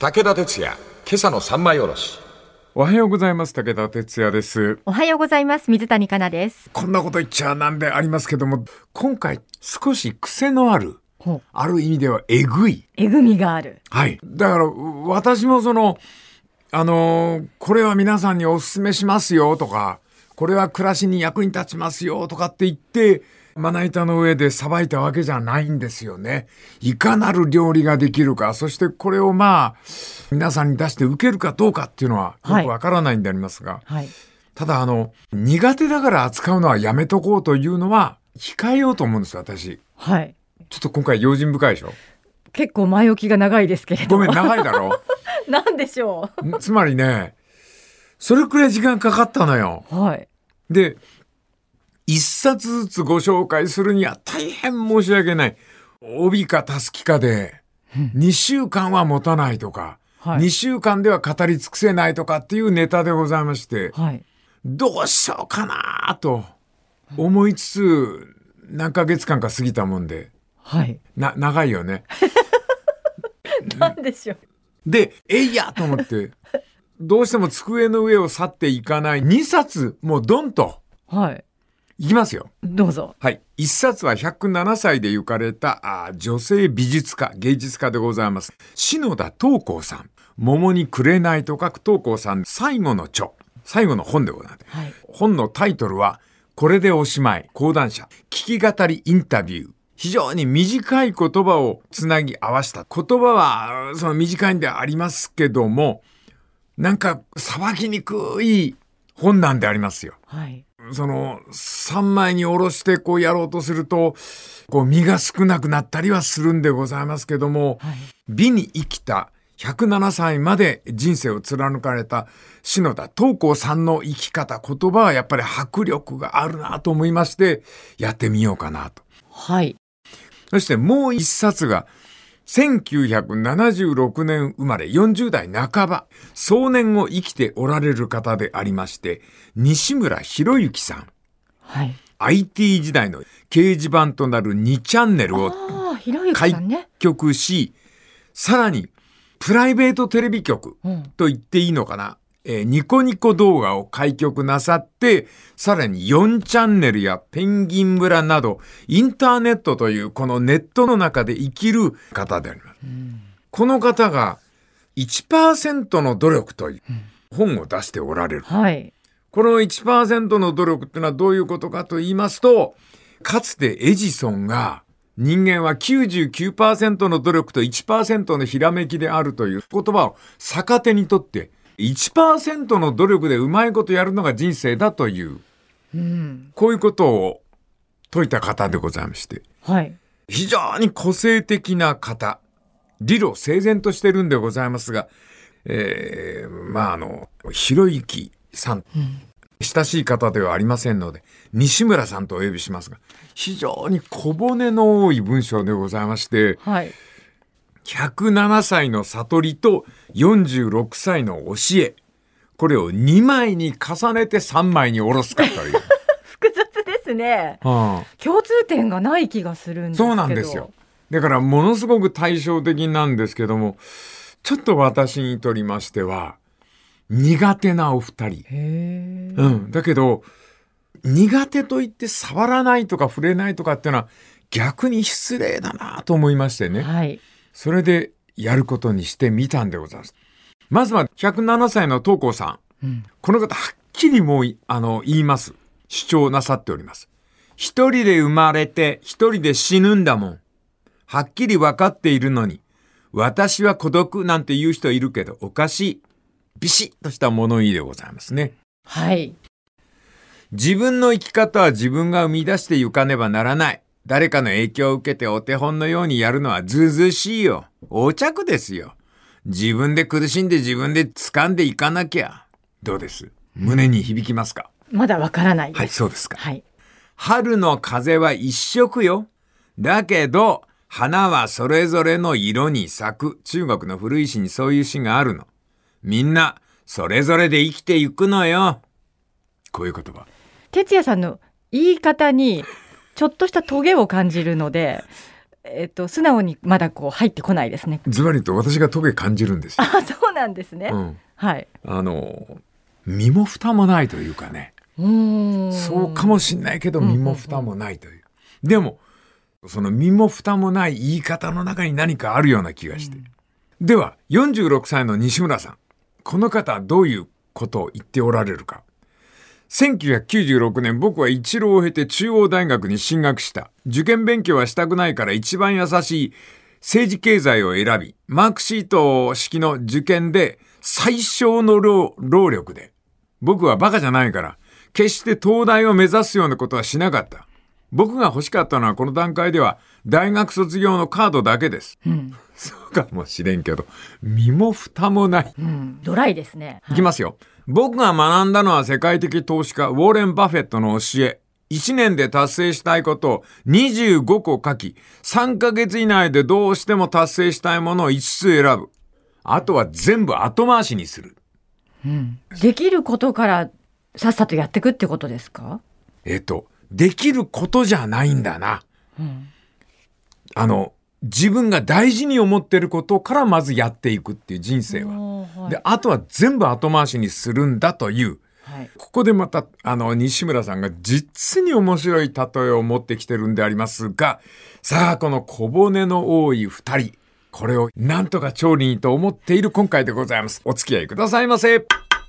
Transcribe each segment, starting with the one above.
武田鉄矢、今朝の三枚おろし。 おはようございます。武田鉄矢です。 おはようございます。水谷香奈です。 こんなこと言っちゃなんでありますけども、今回少し癖のある、ある意味ではえぐみがある。 はい。だから私もこれは皆さんにお勧めしますよとか、これは暮らしに役に立ちますよとかって言って、まな板の上でさばいたわけじゃないんですよね。いかなる料理ができるか、そしてこれを皆さんに出して受けるかどうかっていうのはよくわからないんでありますが、 はい、 ただ苦手だから扱うのはやめとこうというのは控えようと思うんですよ、私。 はい。 ちょっと今回用心深いでしょ。 結構前置きが長いですけれど。 ごめん、長いだろ。 なんでしょう。つまりね、それくらい時間かかったのよ。 はい。 で、一冊ずつご紹介するには大変申し訳ない。帯かたすきかで、2週間は持たないとか、2週間では語り尽くせないとかっていうネタでございまして、 はい、 どうしようかなと思いつつ、何ヶ月間か過ぎたもんで、 はい、 長いよね。 なんでしょう。 で、いやと思って、どうしても机の上を去っていかない2冊、もうドンと。 はい。 いきますよ。 どうぞ。 はい。一冊は107歳で行かれた女性美術家、芸術家でございます。篠田桃紅さん。桃に紅と書く桃紅さん、最後の著。最後の本でございます。 はい、 本のタイトルは、これでおしまい、講談社、聞き語りインタビュー。非常に短い言葉をつなぎ合わせた。言葉は、その短いんでありますけども、なんか、さばきにくい本なんでありますよ。 はい。 3枚におろしてやろうとすると、身が少なくなったりはするんでございますけども、 はい、 美に生きた107歳まで人生を貫かれた篠田桃紅さんの生き方、言葉はやっぱり迫力があるなと思いまして、やってみようかなと。 はい。 そしてもう一冊が、1976年生まれ40代半ば、壮年を生きておられる方でありまして、西村博之さん。 はい。 IT 時代の掲示板となる2チャンネルを開局し、さらにプライベートテレビ局と言っていいのかな、ニコニコ動画を開局なさって、さらに4チャンネルやペンギン村など、インターネットというこのネットの中で生きる方であります。この方が 1% の努力という本を出しておられる。 はい。 この 1% の努力ってのはどういうことかと言いますと、かつてエジソンが人間は 99% の努力と 1% のひらめきであるという言葉を逆手にとって、1% の努力でうまいことやるのが人生だという、こういうことを説いた方でございまして、 はい、 非常に個性的な方、理路整然としてるんでございますが、博之さん、親しい方ではありませんので、西村さんとお呼びしますが、非常に小骨の多い文章でございまして、 はい、 107歳の悟りと46歳の教え、これを2枚に重ねて3枚に下ろすかという複雑ですね、共通点がない気がするんですけど。 そうなんですよ。だからものすごく対照的なんですけども、ちょっと私にとりましては苦手なお二人。だけど苦手と言って触らないとか触れないとかっていうのは逆に失礼だなと思いましてね、 はい、 それでやることにしてみたんでございます。まずは107歳の桃紅さん、この方はっきりもう言います。主張なさっております。一人で生まれて一人で死ぬんだもん。はっきり分かっているのに、私は孤独なんて言う人いるけどおかしい。ビシッとした物言いでございますね。 はい。 自分の生き方は自分が生み出してゆかねばならない。誰かの影響を受けてお手本のようにやるのはずうずうしいよ。横着ですよ。自分で苦しんで自分で掴んでいかなきゃ。どうです？胸に響きますか？ まだわからないです。 はい、そうですか。 はい。 春の風は一色よ。だけど、花はそれぞれの色に咲く。中国の古い詩にそういう詩があるの。みんな、それぞれで生きていくのよ。こういう言葉。 哲也さんの言い方にちょっとしたトゲを感じるので、 素直にまだこう入ってこないですね。 ズバリと私がトゲ感じるんですよ。 そうなんですね。はい。 身も蓋もないというかね。そうかもしんないけど身も蓋もないという。でもその身も蓋もない言い方の中に何かあるような気がして。では46歳の西村さん、この方はどういうことを言っておられるか。1996年、僕は一浪を経て中央大学に進学した。受験勉強はしたくないから一番優しい政治経済を選び、マークシート式の受験で最小の労力で、僕はバカじゃないから、決して東大を目指すようなことはしなかった。僕が欲しかったのはこの段階では大学卒業のカードだけです。そうかもしれんけど、身も蓋もない。 ドライですね。 いきますよ。僕が学んだのは世界的投資家ウォーレン・バフェットの教え。1年で達成したいことを25個書き、3ヶ月以内でどうしても達成したいものを5つ選ぶ。あとは全部後回しにする。 できることからさっさとやっていくってことですか？ できることじゃないんだな。自分が大事に思ってることからまずやっていくっていう人生は。で、あとは全部後回しにするんだという。ここでまた、西村さんが実に面白い例えを持ってきてるんでありますが、さあ、この小骨の多い二人、これをなんとか調理にと思っている今回でございます。お付き合いくださいませ。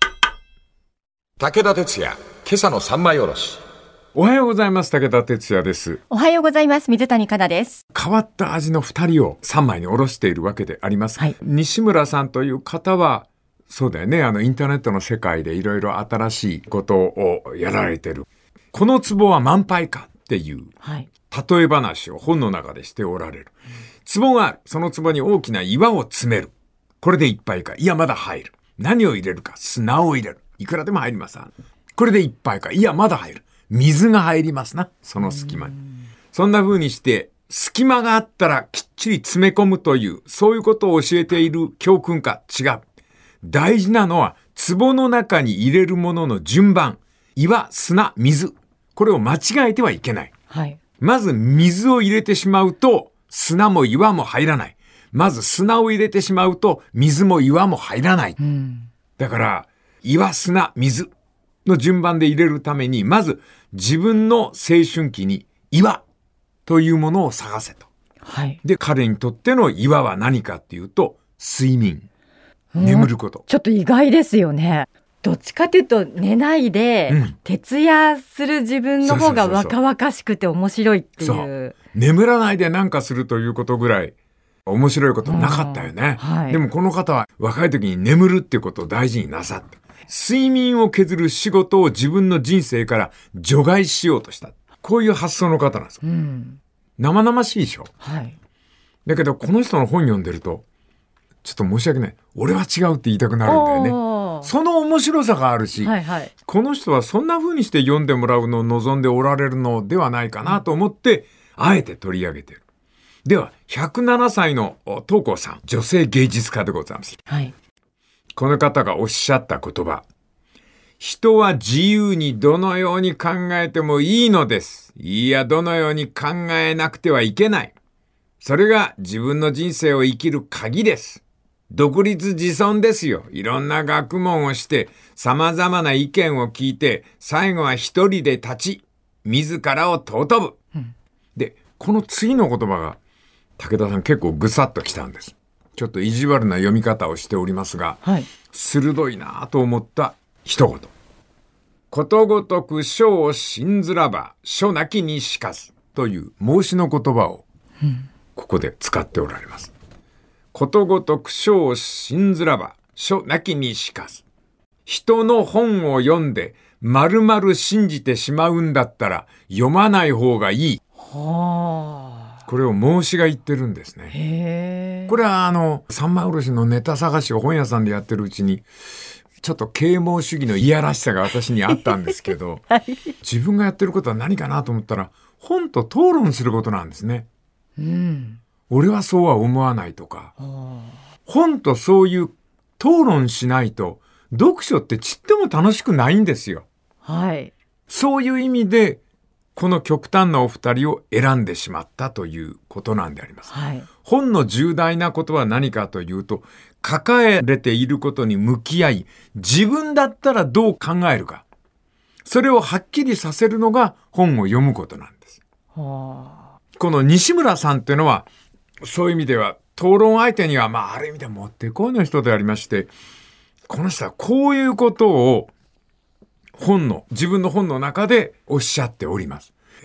武田鉄矢、今朝の三枚おろし。 おはようございます。武田鉄矢です。 おはようございます。水谷香奈です。 変わった味の2人を3枚におろしているわけであります。西村さんという方は、そうだよね。インターネットの世界でいろいろ新しいことをやられてる。この壺は満杯かっていう、例え話を本の中でしておられる。壺がある。その壺に大きな岩を詰める。これでいっぱいか。いや、まだ入る。何を入れるか。砂を入れる。いくらでも入ります。これでいっぱいか。いや、まだ入る。水が入りますな。その隙間に。そんな風にして、隙間があったらきっちり詰め込むという、そういうことを教えている教訓か。違う。大事なのは、壺の中に入れるものの順番。岩、砂、水。これを間違えてはいけない。まず水を入れてしまうと、砂も岩も入らない。まず砂を入れてしまうと、水も岩も入らない。だから、岩、砂、水の順番で入れるために、まず自分の青春期に岩というものを探せと。で、彼にとっての岩は何かっていうと、睡眠。眠ること。 ちょっと意外ですよね。どっちかというと寝ないで、徹夜する自分の方が若々しくて面白いっていう。 眠らないで何かするということぐらい面白いことなかったよね。でもこの方は若い時に眠るっていうことを大事になさった。睡眠を削る仕事を自分の人生から除外しようとした。こういう発想の方なんですよ。生々しいでしょ。だけどこの人の本読んでると、ちょっと申し訳ない。俺は違うって言いたくなるんだよね。その面白さがあるし、この人はそんな風にして読んでもらうのを望んでおられるのではないかなと思って、あえて取り上げてる。では、107歳の東光さん、女性芸術家でございます。この方がおっしゃった言葉。人は自由にどのように考えてもいいのです。いや、どのように考えなくてはいけない。それが自分の人生を生きる鍵です。独立自尊ですよ。いろんな学問をして、様々な意見を聞いて、最後は一人で立ち、自らを尊ぶ。で、この次の言葉が、武田さん結構ぐさっときたんです。ちょっと意地悪な読み方をしておりますが、鋭いなと思った一言。ことごとく書を信ずらば、書なきにしかずという孟子の言葉を、ここで使っておられます。ことごとく書を信ずらば、書なきにしかず。人の本を読んで、丸々信じてしまうんだったら、読まない方がいい。これを孟子が言ってるんですね。これは三枚おろしのネタ探しを本屋さんでやってるうちに、ちょっと啓蒙主義のいやらしさが私にあったんですけど、自分がやってることは何かなと思ったら、本と討論することなんですね。俺はそうは思わないとか、本とそういう討論しないと読書ってちっとも楽しくないんですよ。そういう意味でこの極端なお二人を選んでしまったということなんであります。 はい、 本の重大なことは何かというと、抱えれていることに向き合い、自分だったらどう考えるか。それをはっきりさせるのが本を読むことなんです。この西村さんっていうのは、そういう意味では、討論相手には、ある意味でもってこいの人でありまして、この人はこういうことを自分の本の中でおっしゃっております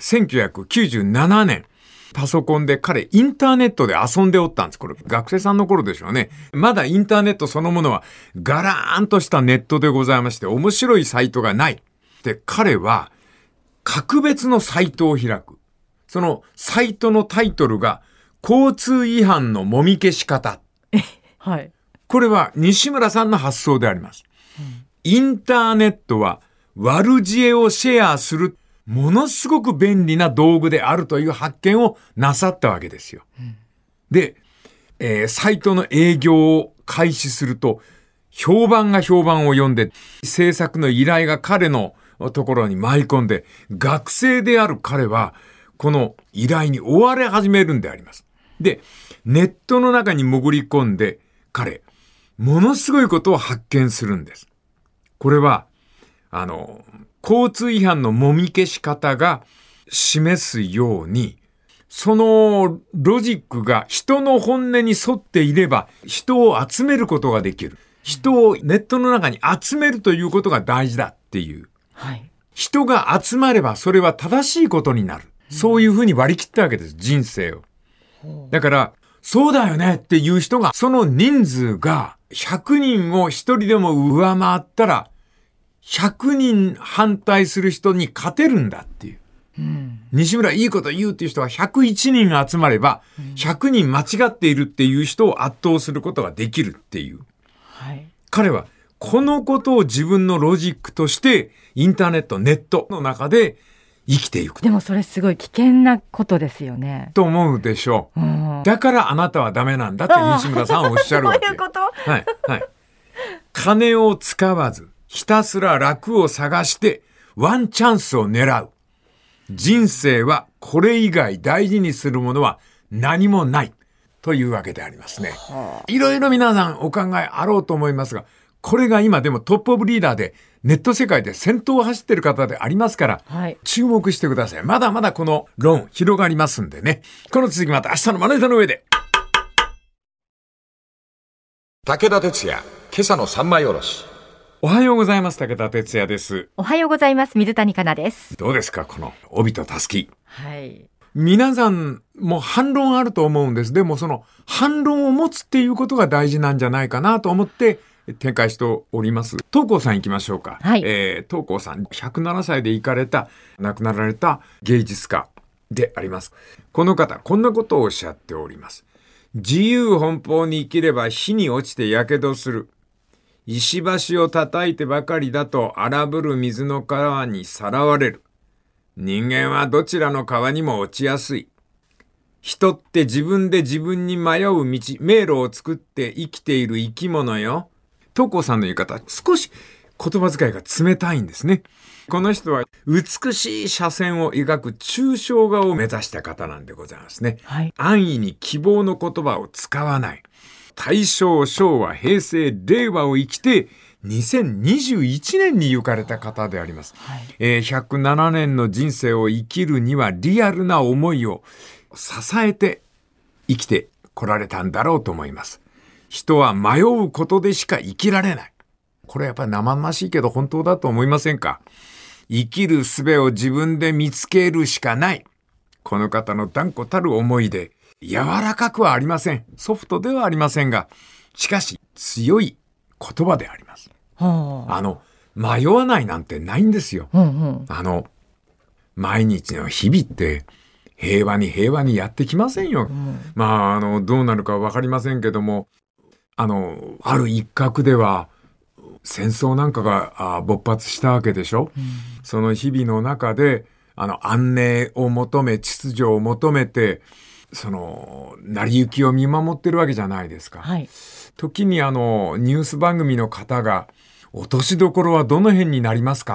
。1997年、パソコンで彼インターネットで遊んでおったんです。これ学生さんの頃でしょうね。まだインターネットそのものはガラーンとしたネットでございまして、面白いサイトがない。で、彼は格別のサイトを開く。そのサイトのタイトルが交通違反のもみ消し方。 はい。 これは西村さんの発想であります。インターネットは悪知恵をシェアするものすごく便利な道具であるという発見をなさったわけですよ。で、サイトの営業を開始すると、評判が評判を呼んで、制作の依頼が彼のところに舞い込んで、学生である彼は、この依頼に追われ始めるんであります。で、ネットの中に潜り込んで、彼、ものすごいことを発見するんです。これは、交通違反のもみ消し方が示すように、そのロジックが人の本音に沿っていれば、人を集めることができる。人をネットの中に集めるということが大事だっていう。 はい、 人が集まればそれは正しいことになる。そういうふうに割り切ったわけです、人生を。だから、そうだよねっていう人が、その人数が100人を1人でも上回ったら、100人反対する人に勝てるんだっていう。西村いいこと言うっていう人が101人集まれば、100人間違っているっていう人を圧倒することができるっていう。 はい、 彼はこのことを自分のロジックとしてインターネット、ネットの中で生きていく。 でもそれすごい危険なことですよね。 と思うでしょう。だからあなたはダメなんだって西村さんはおっしゃるわけ。 どういうこと？ はい、はい。金を使わず、ひたすら楽を探してワンチャンスを狙う。人生はこれ以外大事にするものは何もないというわけでありますね。いろいろ皆さんお考えあろうと思いますが、これが今でもトップオブリーダーでネット世界で先頭を走っている方でありますから、 はい、 注目してください。まだまだこの論広がりますんでね。この続きまた明日のまな板の上で。 武田鉄矢、今朝の三枚おろし。 おはようございます。武田鉄矢です。 おはようございます。水谷香奈です。 どうですかこの帯とたすき。 はい。 皆さんも反論あると思うんです。でもその反論を持つっていうことが大事なんじゃないかなと思って展開しております。東光さん行きましょうか。 はい。 東光さん107歳で亡くなられた芸術家であります。この方こんなことをおっしゃっております。自由奔放に生きれば火に落ちて火傷する。石橋を叩いてばかりだと荒ぶる水の川にさらわれる。人間はどちらの川にも落ちやすい。人って自分で自分に迷う道、迷路を作って生きている生き物よ。東光さんの言い方、少し言葉遣いが冷たいんですね。この人は美しい斜線を描く抽象画を目指した方なんでございますね。 はい、 安易に希望の言葉を使わない。大正、昭和、平成、令和を生きて2021年に行かれた方であります。 はい、 107年の人生を生きるにはリアルな思いを支えて生きてこられたんだろうと思います。人は迷うことでしか生きられない。これやっぱり生々しいけど本当だと思いませんか？生きる術を自分で見つけるしかない。この方の断固たる思いで柔らかくはありません。ソフトではありませんが、しかし強い言葉であります。迷わないなんてないんですよ。毎日の日々って平和にやってきませんよ。どうなるかわかりませんけども、ある一角では戦争なんかが勃発したわけでしょ。その日々の中で安寧を求め、秩序を求めて、その成り行きを見守ってるわけじゃないですか。 はい、 時にニュース番組の方が落としどころはどの辺になりますかっ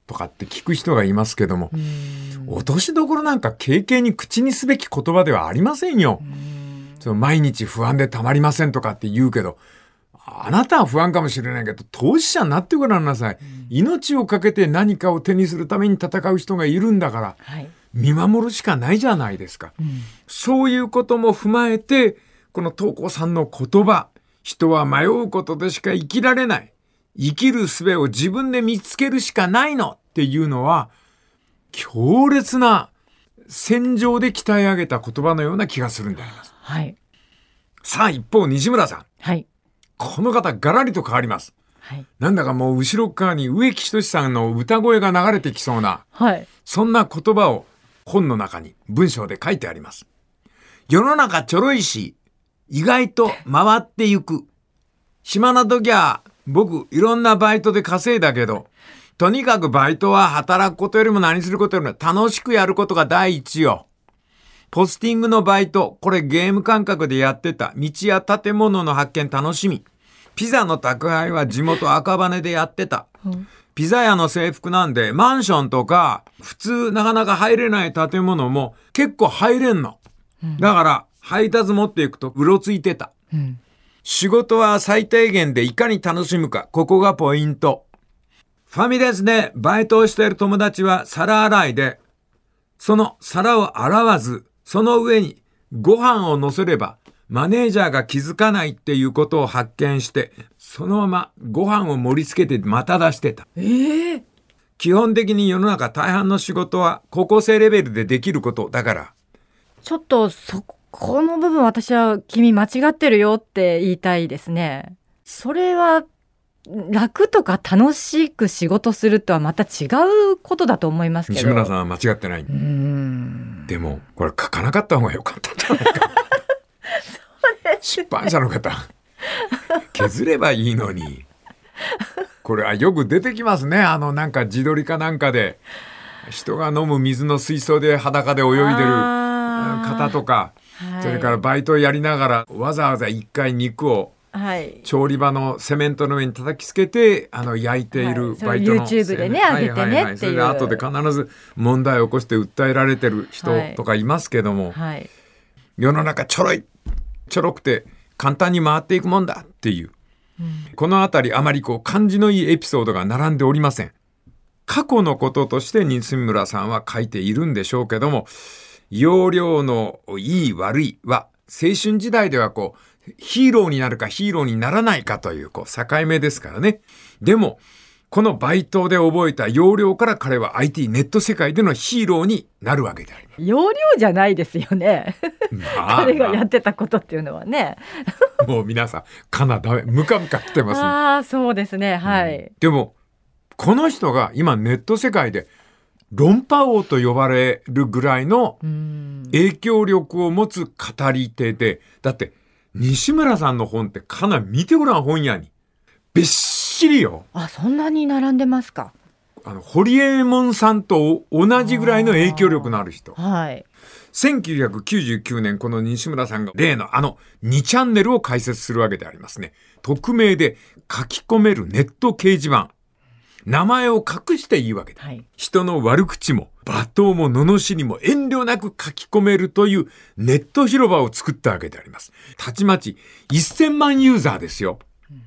とかって聞く人がいますけども、落としどころなんか軽々に口にすべき言葉ではありませんよ。その毎日不安でたまりませんとかって言うけど、あなたは不安かもしれないけど、当事者になってごらんなさい。命をかけて何かを手にするために戦う人がいるんだから、見守るしかないじゃないですか。そういうことも踏まえて、この東光さんの言葉、人は迷うことでしか生きられない。生きる術を自分で見つけるしかないのっていうのは、強烈な戦場で鍛え上げた言葉のような気がするんであります。 はい。 さあ一方西村さん。 はい。 この方ガラリと変わります。 はい。 なんだかもう後ろ側に植木等さんの歌声が流れてきそうな、 はい。 そんな言葉を本の中に文章で書いてあります。世の中ちょろいし、意外と回ってゆく。暇な時は僕いろんなバイトで稼いだけど、とにかくバイトは働くことよりも何することよりも楽しくやることが第一よ。ポスティングのバイト、これゲーム感覚でやってた。道や建物の発見楽しみ。ピザの宅配は地元赤羽でやってた。ピザ屋の制服なんでマンションとか普通なかなか入れない建物も結構入れんの。だから配達持っていくとうろついてた。仕事は最低限でいかに楽しむか、ここがポイント。ファミレスでバイトをしている友達は皿洗いで、その皿を洗わず、その上にご飯を乗せればマネージャーが気づかないっていうことを発見して、そのままご飯を盛り付けてまた出してた。基本的に世の中大半の仕事は高校生レベルでできることだから。 ちょっとこの部分私は君間違ってるよって言いたいですね。それは楽とか楽しく仕事するとはまた違うことだと思いますけど。 西村さんは間違ってない。でもこれ書かなかった方が良かったんじゃないか。出版社の方削ればいいのに。これはよく出てきますね。なんか自撮りかなんかで人が飲む水の水槽で裸で泳いでる方とか、それからバイトをやりながらわざわざ一回肉を調理場のセメントの上に叩きつけて焼いているバイトの、 YouTube でね上げてねっていう、 それで後で必ず問題を起こして訴えられてる人とかいますけども、世の中ちょろくて簡単に回っていくもんだっていう、このあたりあまり感じのいいエピソードが並んでおりません。過去のこととして西村さんは書いているんでしょうけども、要領のいい悪いは青春時代ではヒーローになるかヒーローにならないかという境目ですからね。でもこのバイトで覚えた要領から彼は IT ネット世界でのヒーローになるわけであります。 要領じゃないですよね。彼がやってたことっていうのはね。 もう皆さんムカムカしてますね。 そうですね。はい。 でもこの人が今ネット世界で論破王と呼ばれるぐらいの影響力を持つ語り手で、だって西村さんの本ってかなり見てごらん、本屋にびっしりよ。 そんなに並んでますか。 堀江門さんと同じぐらいの影響力のある人。1999年この西村さんが例の2チャンネルを開設するわけでありますね。匿名で書き込めるネット掲示板、名前を隠していいわけだ、人の悪口も罵倒も罵りも遠慮なく書き込めるというネット広場を作ったわけであります。たちまち1000万ユーザーですよ、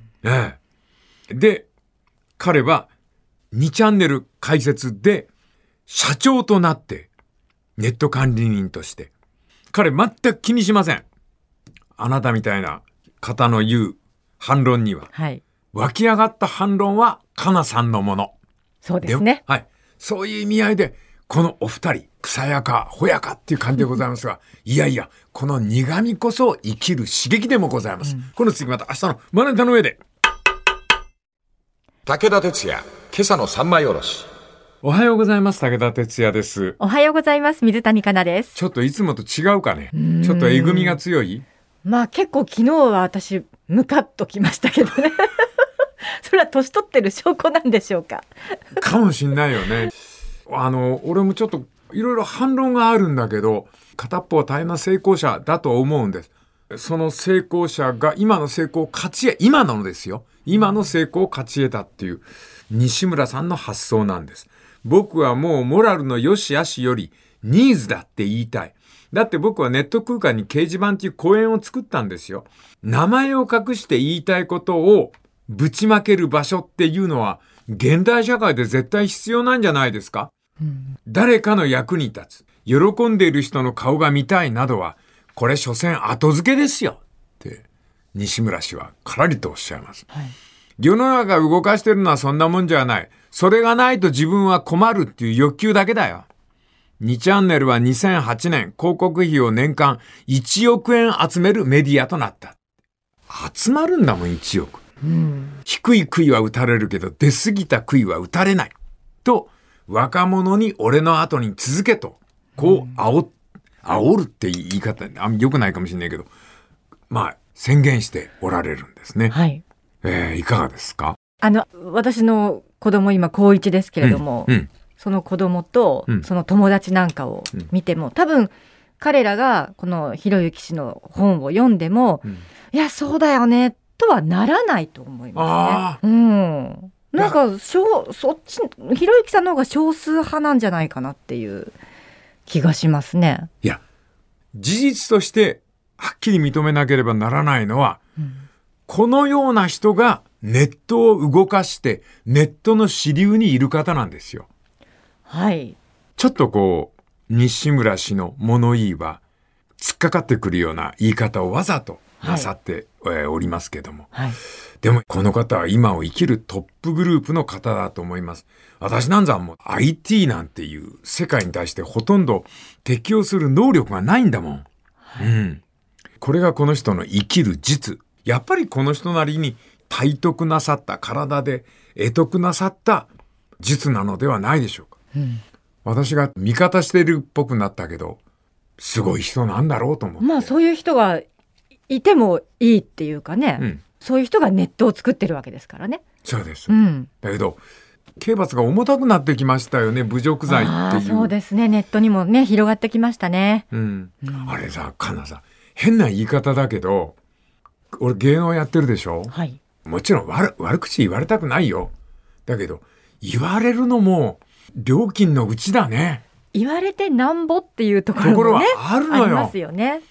で彼は2チャンネル開設で社長となってネット管理人として彼全く気にしません。あなたみたいな方の言う反論には、湧き上がった反論はかなさんのもの。 そうですね。 そういう意味合いでこのお二人草やかほやかっていう感じでございますが、いやいやこの苦味こそ生きる刺激でもございます、この次また明日のマネタの上で。 武田鉄矢今朝の三枚おろし。 おはようございます。武田鉄矢です。 おはようございます。水谷香奈です。 ちょっといつもと違うかね。ちょっとえぐみが強い。 結構昨日は私ムカッときましたけどね。それは年取ってる証拠なんでしょうか。 かもしんないよね。俺もちょっといろいろ反論があるんだけど、片っぽは大変な成功者だと思うんです。その成功者が今の成功を勝ち得、今のですよ。今の成功を勝ち得たっていう西村さんの発想なんです。 僕はもうモラルの良し悪しよりニーズだって言いたい。だって僕はネット空間に掲示板っていう公園を作ったんですよ。名前を隠して言いたいことをぶちまける場所っていうのは現代社会で絶対必要なんじゃないですか。誰かの役に立つ。喜んでいる人の顔が見たいなどは、これ所詮後付けですよ。って西村氏はからりとおっしゃいます。はい、世の中動かしてるのはそんなもんじゃない。それがないと自分は困るっていう欲求だけだよ。2チャンネルは2008年広告費を年間1億円集めるメディアとなった。集まるんだもん1億。低い杭は打たれるけど出過ぎた杭は打たれない。と若者に俺の後に続けとこう煽るって言い方良くないかもしれないけど、まあ宣言しておられるんですね。はい。いかがですか？ 私の子供今高1ですけれども、その子供とその友達なんかを見ても、多分彼らがこのひろゆき氏の本を読んでも、いやそうだよねとはならないと思いますね。なんかそっちひろゆきさんの方が少数派なんじゃないかなっていう気がしますね。 いや事実としてはっきり認めなければならないのは、このような人がネットを動かしてネットの主流にいる方なんですよ。はい。ちょっとこう西村氏の物言いは突っかかってくるような言い方をわざとなさって、おりますけども、でもこの方は今を生きるトップグループの方だと思います。私なんざもう IT なんていう世界に対してほとんど適応する能力がないんだもん。これがこの人の生きる実。やっぱりこの人なりに体得なさった体で得得なさった実なのではないでしょうか。私が味方してるっぽくなったけど、すごい人なんだろうと思って。 まあそういう人がいてもいいっていうかね、そういう人がネットを作ってるわけですからね。 そうです。だけど刑罰が重たくなってきましたよね。侮辱罪っていう。 そうですね。ネットにもね広がってきましたね。 あれさ、かなさ、変な言い方だけど、俺芸能やってるでしょ。はい。もちろん悪口言われたくないよ。だけど言われるのも料金のうちだね。 言われてなんぼっていうところもね、 あるのよ。 ありますよね。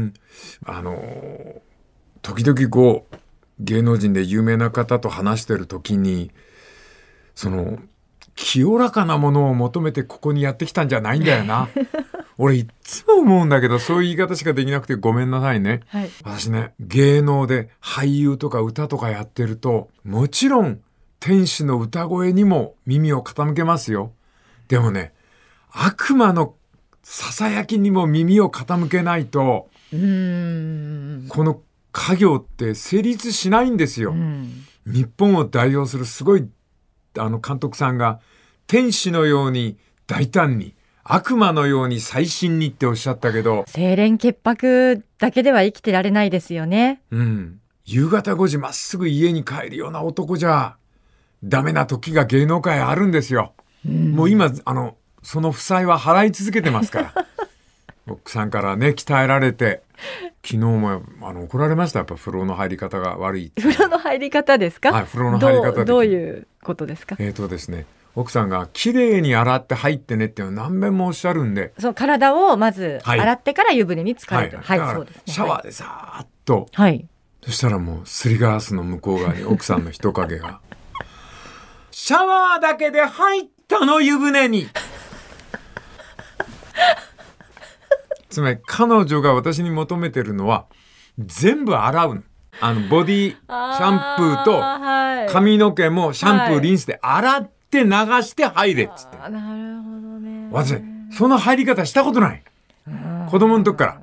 時々こう芸能人で有名な方と話してる時に、その清らかなものを求めてここにやってきたんじゃないんだよな。俺いつも思うんだけど、そういう言い方しかできなくてごめんなさいね。私ね、芸能で俳優とか歌とかやってると、もちろん天使の歌声にも耳を傾けますよ。でもね、悪魔のささやきにも耳を傾けないと、この家業って成立しないんですよ。日本を代表するすごい監督さんが、天使のように大胆に、悪魔のように細心にっておっしゃったけど、 清廉潔白だけでは生きてられないですよね。 夕方5時まっすぐ家に帰るような男じゃダメな時が芸能界あるんですよ。もう今その負債は払い続けてますから奥さんからね鍛えられて、昨日も怒られました。やっぱ風呂の入り方が悪い。 風呂の入り方ですか？ はい、風呂の入り方どういうことですか？ ですね、奥さんが綺麗に洗って入ってねって何遍もおっしゃるんで、 そう体をまず洗ってから湯船に浸かると。そうですね。 シャワーでさーっと、はい、そしたらもうすりガラスの向こう側に奥さんの人影がシャワーだけで入ったの湯船につまり彼女が私に求めてるのは全部洗うの。ボディシャンプーと髪の毛もシャンプーリンスで洗って流して入れっつって。なるほどね。私その入り方したことない。子供の時から、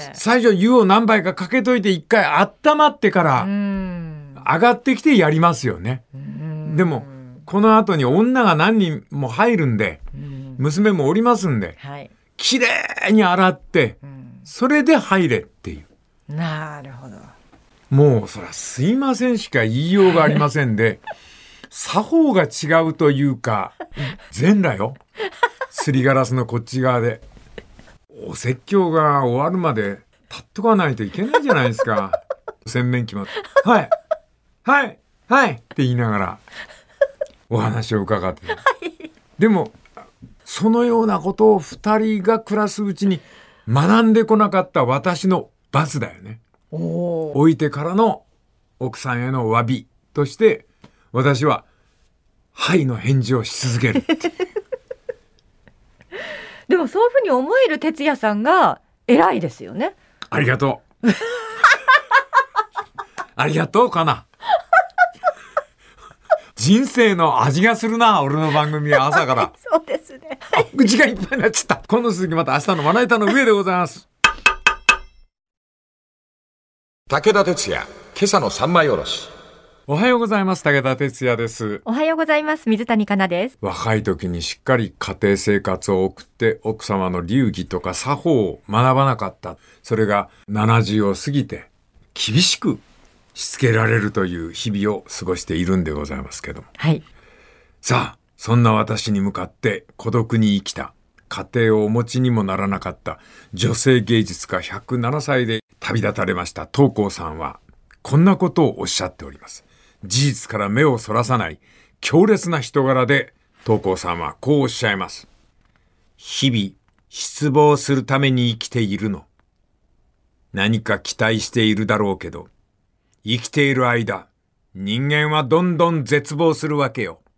最初湯を何杯かかけといて一回温まってから上がってきてやりますよね。でもこの後に女が何人も入るんで、娘もおりますんで、きれいに洗って、それで入れっていう。 なるほど。 もうそらすいませんしか言いようがありませんで作法が違うというか全裸よ。すりガラスのこっち側でお説教が終わるまで立っとかないといけないじゃないですか。洗面器もはいはいはいって言いながらお話を伺って、 でもそのようなことを二人が暮らすうちに学んでこなかった私の罰だよね。置いてからの奥さんへの詫びとして私ははいの返事をし続けるでもそういうふうに思える哲也さんが偉いですよね。 ありがとうありがとうかな人生の味がするな、俺の番組は朝からそうですね、 時間いっぱいになっちゃった。今度続きまた明日のまな板の上でございます。 武田鉄矢、今朝の三枚おろし。 おはようございます。武田鉄矢です。 おはようございます。水谷香奈です。 若い時にしっかり家庭生活を送って奥様の流儀とか作法を学ばなかった。それが70を過ぎて厳しくしつけられるという日々を過ごしているんでございますけども。 はい。 さあ、そんな私に向かって孤独に生きた、家庭をお持ちにもならなかった女性芸術家107歳で旅立たれました東光さんはこんなことをおっしゃっております。事実から目をそらさない強烈な人柄で東光さんはこうおっしゃいます。日々失望するために生きているの。何か期待しているだろうけど、生きている間、人間はどんどん絶望するわけよ。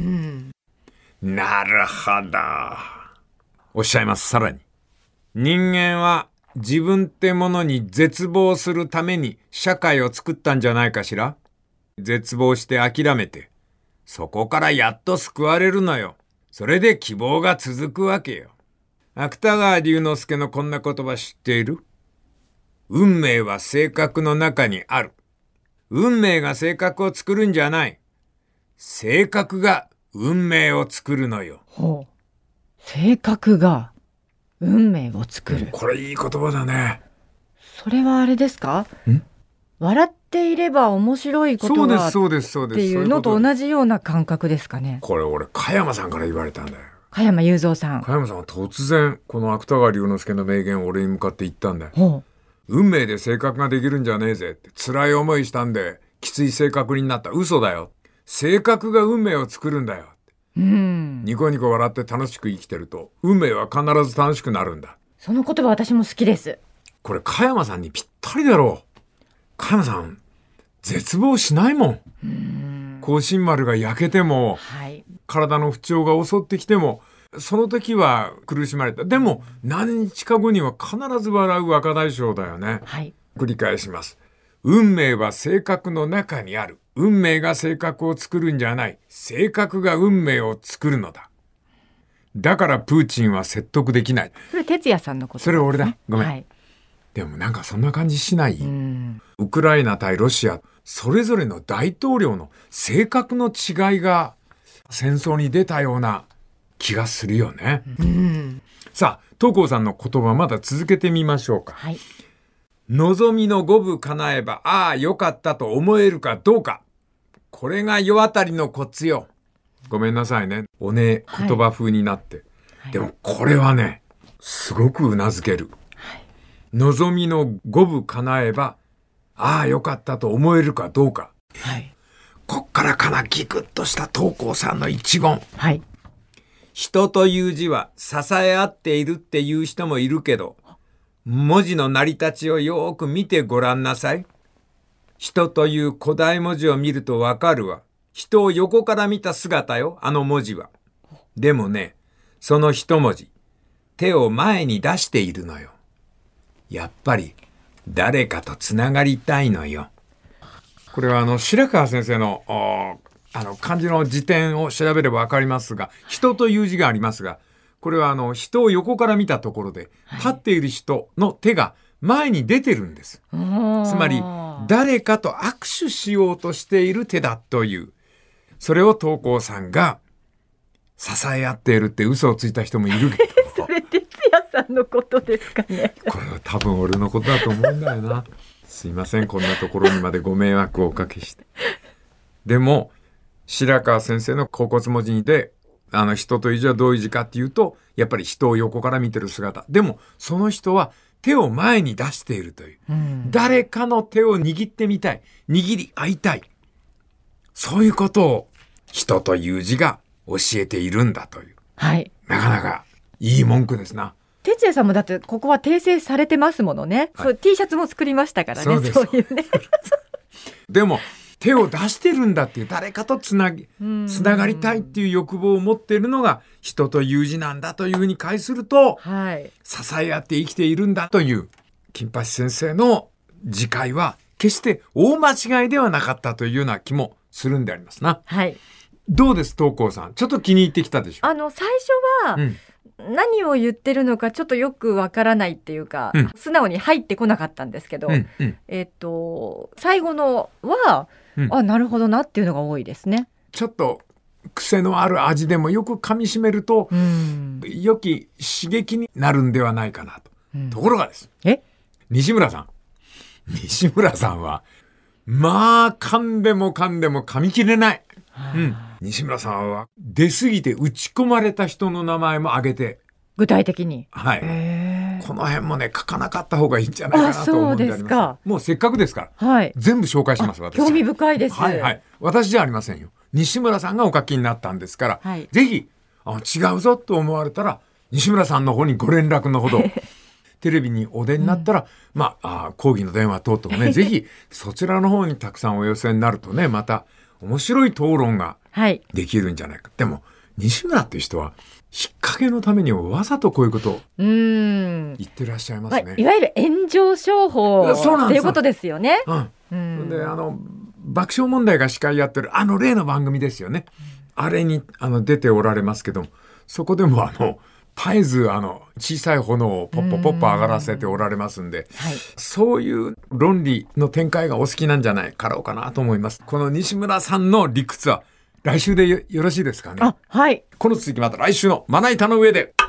なるほど。おっしゃいます。さらに。人間は自分ってものに絶望するために社会を作ったんじゃないかしら。絶望して諦めて、そこからやっと救われるのよ。それで希望が続くわけよ。芥川龍之介のこんな言葉知っている？運命は性格の中にある。運命が性格を作るんじゃない。性格が運命を作るのよ。 ほう。性格が運命を作る。 これいい言葉だね。 それはあれですか？笑っていれば面白いことがっていうのと同じような感覚ですかね。 これ俺加山さんから言われたんだよ。 加山雄三さん。 加山さんは突然この芥川龍之介の名言を俺に向かって言ったんだよ。運命で性格ができるんじゃねえぜって。辛い思いしたんできつい性格になった。嘘だよ。性格が運命を作るんだよ。ニコニコ笑って楽しく生きてると運命は必ず楽しくなるんだ。 その言葉私も好きです。 これ加山さんにぴったりだろう。加山さん絶望しないもん。甲信丸が焼けても、体の不調が襲ってきてもその時は苦しまれた。でも何日か後には必ず笑う若大将だよね。繰り返します。運命は性格の中にある。運命が性格を作るんじゃない。性格が運命を作るのだ。だからプーチンは説得できない。 それ哲也さんのことですね。 それ俺だ。ごめん。でもなんかそんな感じしない？ウクライナ対ロシア、それぞれの大統領の性格の違いが戦争に出たような気がするよね。さあ、東光さんの言葉まだ続けてみましょうか。望みの五分叶えば、ああ、よかったと思えるかどうか。これが世渡りのコツよ。ごめんなさいね。おね、言葉風になって。でもこれはね、すごくうなずける。望みの五分叶えば、ああ、よかったと思えるかどうか。こっからかな、ギクッとした東光さんの一言。人という字は支え合っているっていう人もいるけど、文字の成り立ちをよく見てごらんなさい。人という古代文字を見るとわかるわ。人を横から見た姿よ、あの文字は。でもね、その一文字、手を前に出しているのよ。やっぱり誰かとつながりたいのよ。これは白川先生の漢字の辞典を調べればわかりますが、人という字がありますが、これは人を横から見たところで、立っている人の手が前に出てるんです。つまり誰かと握手しようとしている手だという、それを東光さんが支え合っているって嘘をついた人もいるけどそれ哲也さんのことですかね。 これは多分俺のことだと思うんだよな。すいません、こんなところにまでご迷惑をおかけして。でも白川先生の甲骨文字で人という字はどういう字かっていうと、やっぱり人を横から見てる姿。でもその人は手を前に出しているという、誰かの手を握ってみたい、握り合いたい、そういうことを人という字が教えているんだという。 はい。 なかなかいい文句ですな。 哲也さんもだってここは訂正されてますものね。そう T シャツも作りましたからね。そういうね。 でも手を出してるんだっていう、誰かとつながりたいっていう欲望を持っているのが人という字なんだというふうに解すると、 はい、 支え合って生きているんだという金八先生の自戒は決して大間違いではなかったというような気もするんでありますな。 はい。 どうです、東光さん。ちょっと気に入ってきたでしょ。 最初は、何を言ってるのかちょっとよくわからないっていうか、素直に入ってこなかったんですけど、最後のは、なるほどなっていうのが多いですね。 ちょっと癖のある味でもよく噛み締めると、良き刺激になるんではないかなと。ところがです。西村さんはまあ噛んでも噛み切れない。西村さんは出過ぎて打ち込まれた人の名前も挙げて、 具体的に、 はい、この辺もね書かなかった方がいいんじゃないかなと思うんであります。そうですか。もうせっかくですから、はい、全部紹介します。私興味深いです。 はいはい、私じゃありませんよ。西村さんがお書きになったんですから、はい、ぜひ違うぞと思われたら西村さんの方にご連絡のほどテレビにお出になったら、講義の電話等々ねぜひそちらの方にたくさんお寄せになるとね、また面白い討論ができるんじゃないか。でも西村っていう人は引っ掛けのためにわざとこういうことを言ってらっしゃいますね。 いわゆる炎上商法っていうことですよね。 で爆笑問題が司会やってる例の番組ですよね。あれに出ておられますけども、そこでも絶えず小さい炎をポッポポッポ上がらせておられますんで、そういう論理の展開がお好きなんじゃないかろうかなと思います。この西村さんの理屈は来週で よろしいですかね。 はい。 この続きまた来週のまな板の上で。